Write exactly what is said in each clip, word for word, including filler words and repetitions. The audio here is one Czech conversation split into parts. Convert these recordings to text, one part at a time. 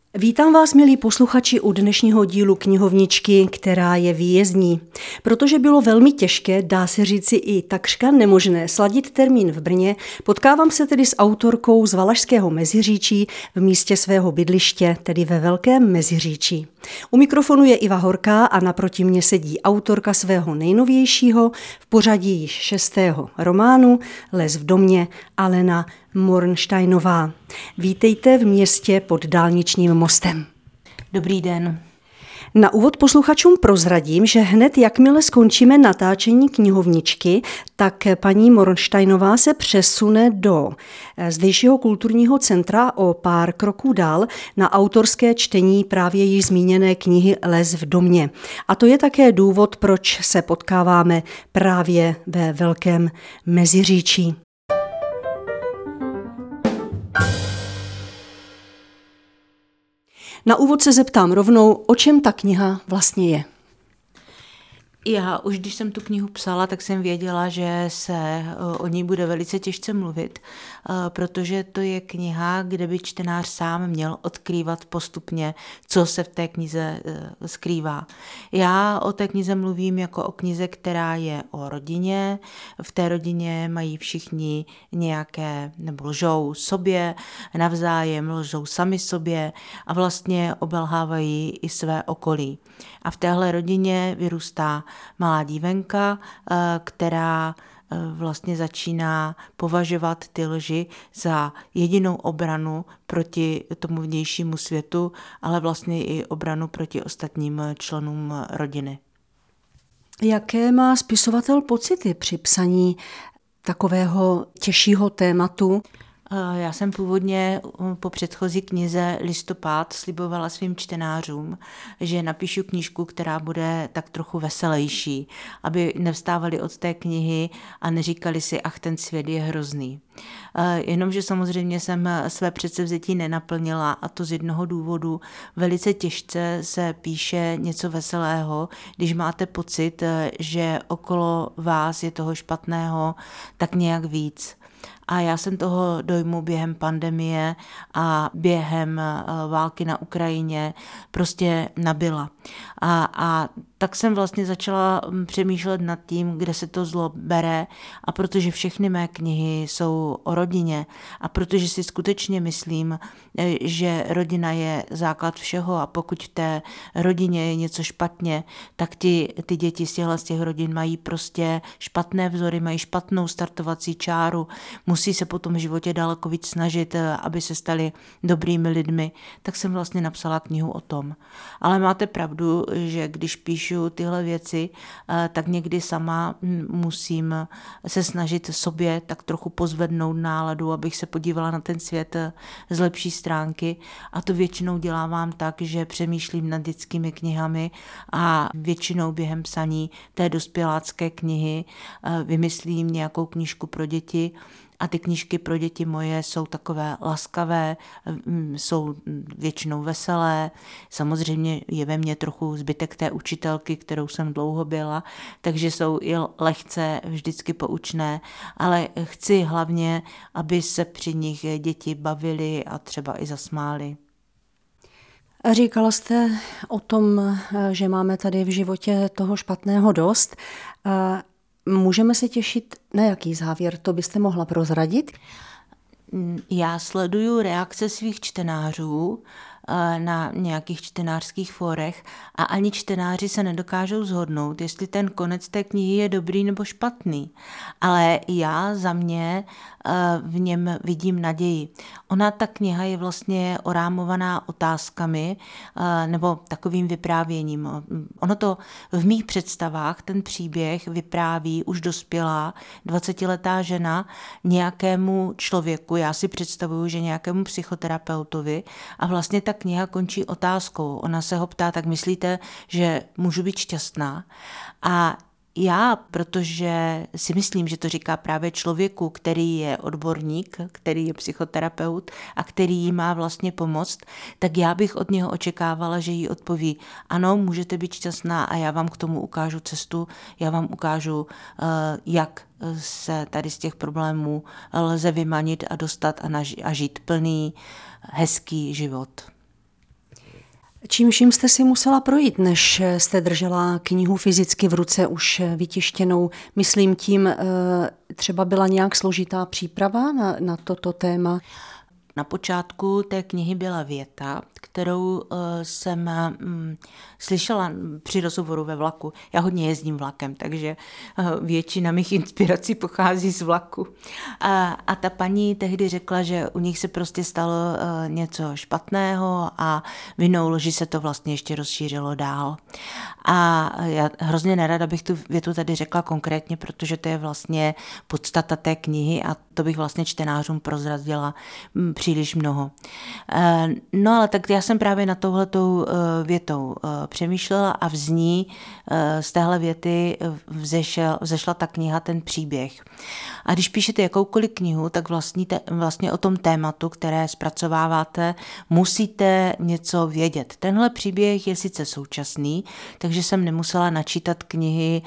Vítám vás, milí posluchači, u dnešního dílu knihovničky, která je výjezdní. Protože bylo velmi těžké, dá se říci i takřka nemožné, sladit termín v Brně, potkávám se tedy s autorkou z Valašského Meziříčí v místě svého bydliště, tedy ve Velkém Meziříčí. U mikrofonu je Iva Horká a naproti mně sedí autorka svého nejnovějšího, v pořadí již šestého románu Les v domě, Alena Mornsteinová. Vítejte v městě pod dálničním mostem. Dobrý den. Na úvod posluchačům prozradím, že hned jakmile skončíme natáčení knihovničky, tak paní Mornsteinová se přesune do zdejšího kulturního centra o pár kroků dál na autorské čtení právě již zmíněné knihy Les v domě. A to je také důvod, proč se potkáváme právě ve Velkém Meziříčí. Na úvod se zeptám rovnou, o čem ta kniha vlastně je. Já už když jsem tu knihu psala, tak jsem věděla, že se o ní bude velice těžce mluvit, protože to je kniha, kde by čtenář sám měl odkrývat postupně, co se v té knize skrývá. Já o té knize mluvím jako o knize, která je o rodině. V té rodině mají všichni nějaké, nebo lžou sobě, navzájem lžou sami sobě a vlastně obelhávají i své okolí. A v téhle rodině vyrůstá malá dívenka, která vlastně začíná považovat ty lži za jedinou obranu proti tomu vnějšímu světu, ale vlastně i obranu proti ostatním členům rodiny. Jaké má spisovatel pocity při psaní takového těžšího tématu? Já jsem původně po předchozí knize Listopad slibovala svým čtenářům, že napíšu knížku, která bude tak trochu veselější, aby nevstávali od té knihy a neříkali si, ach, ten svět je hrozný. Jenomže samozřejmě jsem své předsevzetí nenaplnila, a to z jednoho důvodu. Velice těžce se píše něco veselého, když máte pocit, že okolo vás je toho špatného tak nějak víc. A já jsem toho dojmu během pandemie a během války na Ukrajině prostě nabyla. A, a tak jsem vlastně začala přemýšlet nad tím, kde se to zlo bere, a protože všechny mé knihy jsou o rodině a protože si skutečně myslím, že rodina je základ všeho a pokud v té rodině je něco špatně, tak ti, ty děti z těchto z těch rodin mají prostě špatné vzory, mají špatnou startovací čáru, musí se po tom životě daleko víc snažit, aby se stali dobrými lidmi, tak jsem vlastně napsala knihu o tom. Ale máte pravdu, že když píšu tyhle věci, tak někdy sama musím se snažit sobě tak trochu pozvednout náladu, abych se podívala na ten svět z lepší stránky, a to většinou dělávám tak, že přemýšlím nad dětskými knihami a většinou během psaní té dospělácké knihy vymyslím nějakou knížku pro děti. A ty knížky pro děti moje jsou takové laskavé, jsou většinou veselé. Samozřejmě je ve mně trochu zbytek té učitelky, kterou jsem dlouho byla, takže jsou i lehce vždycky poučné, ale chci hlavně, aby se při nich děti bavily a třeba i zasmály. Říkala jste o tom, že máme tady v životě toho špatného dost. Můžeme se těšit na jaký závěr? To byste mohla prozradit? Já sleduju reakce svých čtenářů na nějakých čtenářských fórech a ani čtenáři se nedokážou shodnout, jestli ten konec té knihy je dobrý nebo špatný. Ale já za mě v něm vidím naději. Ona, ta kniha, je vlastně orámovaná otázkami nebo takovým vyprávěním. Ono to v mých představách, ten příběh vypráví už dospělá dvacetiletá žena nějakému člověku. Já si představuju, že nějakému psychoterapeutovi, a vlastně ta kniha končí otázkou. Ona se ho ptá, tak myslíte, že můžu být šťastná? A já, protože si myslím, že to říká právě člověku, který je odborník, který je psychoterapeut a který jí má vlastně pomoct, tak já bych od něho očekávala, že jí odpoví, ano, můžete být šťastná a já vám k tomu ukážu cestu, já vám ukážu, jak se tady z těch problémů lze vymanit a dostat a žít plný, hezký život. Čím vším jste si musela projít, než jste držela knihu fyzicky v ruce už vytištěnou? Myslím tím, třeba byla nějak složitá příprava na, na toto téma? Na počátku té knihy byla věta, kterou uh, jsem um, slyšela při rozhovoru ve vlaku. Já hodně jezdím vlakem, takže uh, většina mých inspirací pochází z vlaku. A, a ta paní tehdy řekla, že u nich se prostě stalo uh, něco špatného a vinou lži se to vlastně ještě rozšířilo dál. A já hrozně nerada bych tu větu tady řekla konkrétně, protože to je vlastně podstata té knihy a to bych vlastně čtenářům prozradila příliš mnoho. No ale tak já jsem právě nad touhletou větou přemýšlela a v ní z téhle věty vzešel, vzešla ta kniha, ten příběh. A když píšete jakoukoliv knihu, tak vlastně, vlastně o tom tématu, které zpracováváte, musíte něco vědět. Tenhle příběh je sice současný, takže jsem nemusela načítat knihy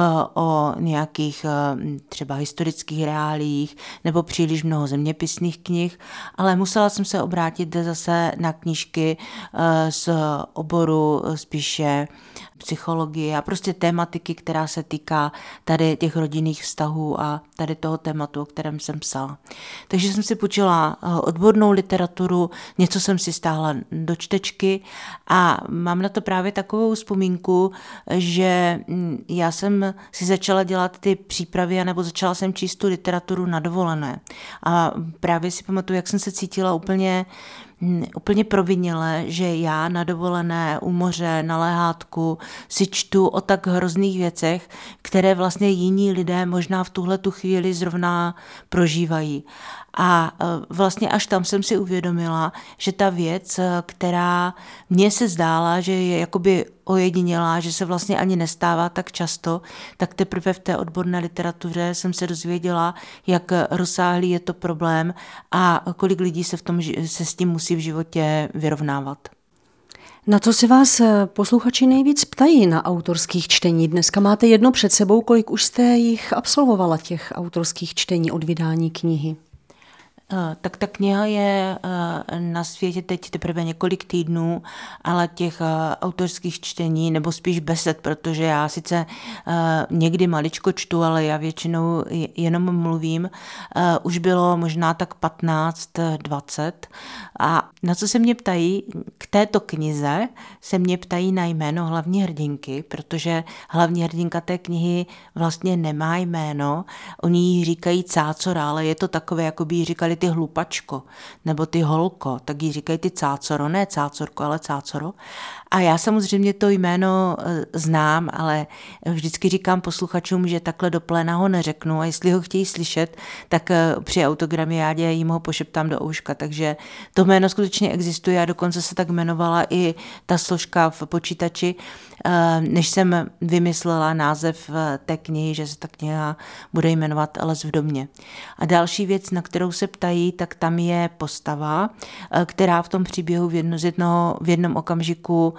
o nějakých třeba historických reálích nebo příliš mnoho zeměpisných knih, ale musela jsem se obrátit zase na knížky z oboru spíše psychologie a prostě tématiky, která se týká tady těch rodinných vztahů a tady toho tématu, o kterém jsem psala. Takže jsem si počula odbornou literaturu, něco jsem si stáhla do čtečky a mám na to právě takovou vzpomínku, že já jsem si začala dělat ty přípravy nebo začala jsem číst tu literaturu na dovolené. A právě si pamatuju, jak jsem se cítila úplně úplně provinile, že já na dovolené u moře, na lehátku si čtu o tak hrozných věcech, které vlastně jiní lidé možná v tuhle tu chvíli zrovna prožívají. A vlastně až tam jsem si uvědomila, že ta věc, která mně se zdála, že je jakoby ojedinělá, že se vlastně ani nestává tak často, tak teprve v té odborné literatuře jsem se dozvěděla, jak rozsáhlý je to problém a kolik lidí se, v tom, se s tím musí v životě vyrovnávat. Na co se vás posluchači nejvíc ptají na autorských čtení? Dneska máte jedno před sebou, kolik už jste jich absolvovala, těch autorských čtení od vydání knihy? Tak ta kniha je na světě teď teprve několik týdnů, ale těch autorských čtení, nebo spíš besed, protože já sice někdy maličko čtu, ale já většinou jenom mluvím, už bylo možná tak patnáct dvacet. A na co se mě ptají, k této knize se mě ptají na jméno hlavní hrdinky, protože hlavní hrdinka té knihy vlastně nemá jméno, oni jí říkají cácora, ale je to takové, jako by jí říkali ty hlupačko, nebo ty holko, tak jí říkají ty cácoro, ne cácorko, ale cácoro. A já samozřejmě to jméno znám, ale vždycky říkám posluchačům, že takhle do pléna ho neřeknu a jestli ho chtějí slyšet, tak při autogramiádě jim ho pošeptám do ouška, takže to jméno skutečně existuje a dokonce se tak jmenovala i ta složka v počítači, než jsem vymyslela název té knihy, že se ta kniha bude jmenovat Les v domě. A další věc, na kterou se ptají, tak tam je postava, která v tom příběhu v, jedno, z jednoho, v jednom okamžiku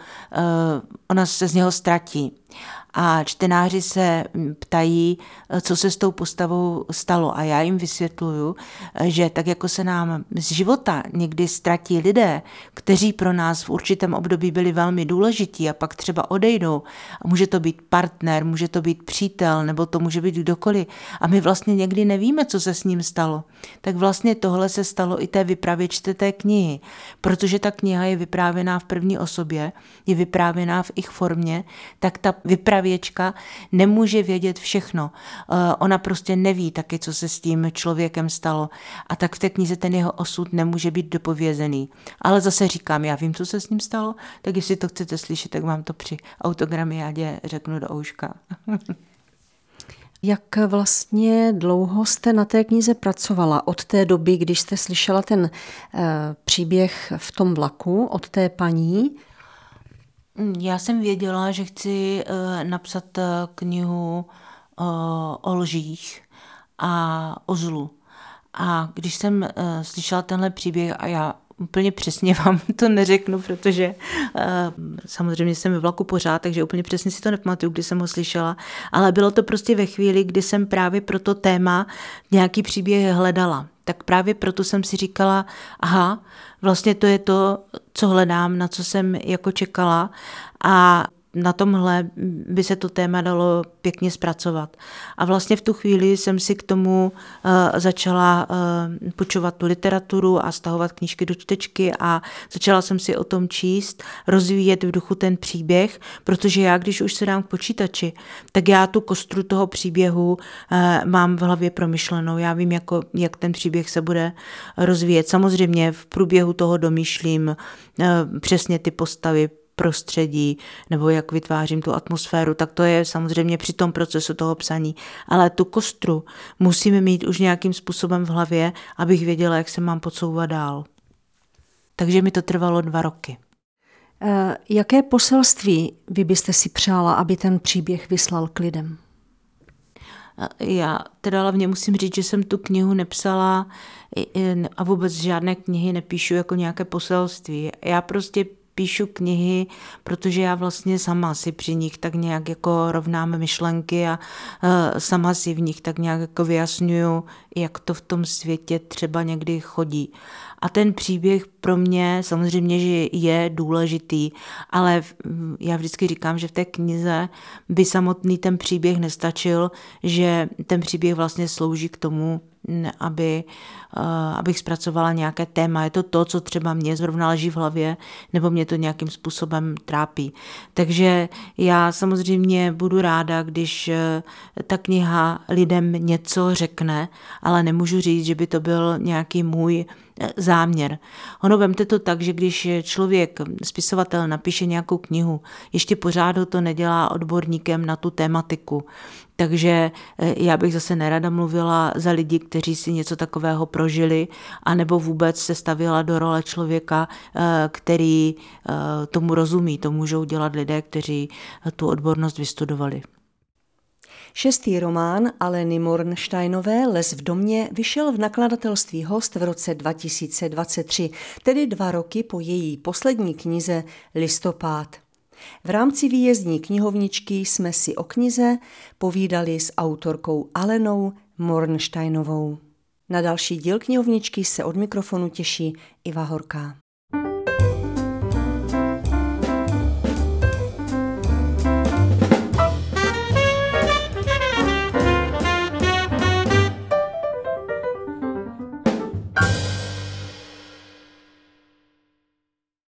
ona se z něho ztratí. A čtenáři se ptají, co se s tou postavou stalo. A já jim vysvětluju, že tak jako se nám z života někdy ztratí lidé, kteří pro nás v určitém období byli velmi důležití a pak třeba odejdou. A může to být partner, může to být přítel, nebo to může být kdokoliv. A my vlastně někdy nevíme, co se s ním stalo. Tak vlastně tohle se stalo i té vypravěčce té knihy. Protože ta kniha je vyprávěná v první osobě, je vyprávěná v ich formě, tak ta vypravěčka nemůže vědět všechno. Ona prostě neví taky, co se s tím člověkem stalo. A tak v té knize ten jeho osud nemůže být dopovězený. Ale zase říkám, já vím, co se s ním stalo, tak jestli to chcete slyšet, tak vám to při autogramiádě řeknu do ouška. Jak vlastně dlouho jste na té knize pracovala? Od té doby, když jste slyšela ten uh, příběh v tom vlaku od té paní? Já jsem věděla, že chci uh, napsat uh, knihu uh, o lžích a o zlu. A když jsem uh, slyšela tenhle příběh a já úplně přesně vám to neřeknu, protože uh, samozřejmě jsem ve vlaku pořád, takže úplně přesně si to nepamatuju, kdy jsem ho slyšela, ale bylo to prostě ve chvíli, kdy jsem právě pro to téma nějaký příběh hledala. Tak právě proto jsem si říkala, aha, vlastně to je to, co hledám, na co jsem jako čekala a na tomhle by se to téma dalo pěkně zpracovat. A vlastně v tu chvíli jsem si k tomu uh, začala uh, půjčovat tu literaturu a stahovat knížky do čtečky a začala jsem si o tom číst, rozvíjet v duchu ten příběh, protože já, když už se dám k počítači, tak já tu kostru toho příběhu uh, mám v hlavě promyšlenou. Já vím, jako, jak ten příběh se bude rozvíjet. Samozřejmě v průběhu toho domýšlím uh, přesně ty postavy, prostředí, nebo jak vytvářím tu atmosféru, tak to je samozřejmě při tom procesu toho psaní. Ale tu kostru musíme mít už nějakým způsobem v hlavě, abych věděla, jak se mám podsouvat dál. Takže mi to trvalo dva roky. E, jaké poselství vy byste si přála, aby ten příběh vyslal k lidem? Já teda hlavně musím říct, že jsem tu knihu nepsala a vůbec žádné knihy nepíšu jako nějaké poselství. Já prostě píšu knihy, protože já vlastně sama si při nich tak nějak jako rovnám myšlenky a uh, sama si v nich tak nějak jako vyjasňuju, jak to v tom světě třeba někdy chodí. A ten příběh pro mě samozřejmě, že je důležitý, ale já vždycky říkám, že v té knize by samotný ten příběh nestačil, že ten příběh vlastně slouží k tomu, aby, uh, abych zpracovala nějaké téma. Je to to, co třeba mě zrovna leží v hlavě, nebo mě to nějakým způsobem trápí. Takže já samozřejmě budu ráda, když uh, ta kniha lidem něco řekne, ale nemůžu říct, že by to byl nějaký můj záměr. Ono vemte to tak, že když člověk, spisovatel, napíše nějakou knihu, ještě pořád ho to nedělá odborníkem na tu tématiku. Takže já bych zase nerada mluvila za lidi, kteří si něco takového prožili, anebo vůbec se stavila do role člověka, který tomu rozumí. To můžou dělat lidé, kteří tu odbornost vystudovali. Šestý román Aleny Mornsteinové Les v domě vyšel v nakladatelství Host v roce dva tisíce dvacet tři, tedy dva roky po její poslední knize Listopád. V rámci výjezdní knihovničky jsme si o knize povídali s autorkou Alenou Mornsteinovou. Na další díl knihovničky se od mikrofonu těší Iva Horká.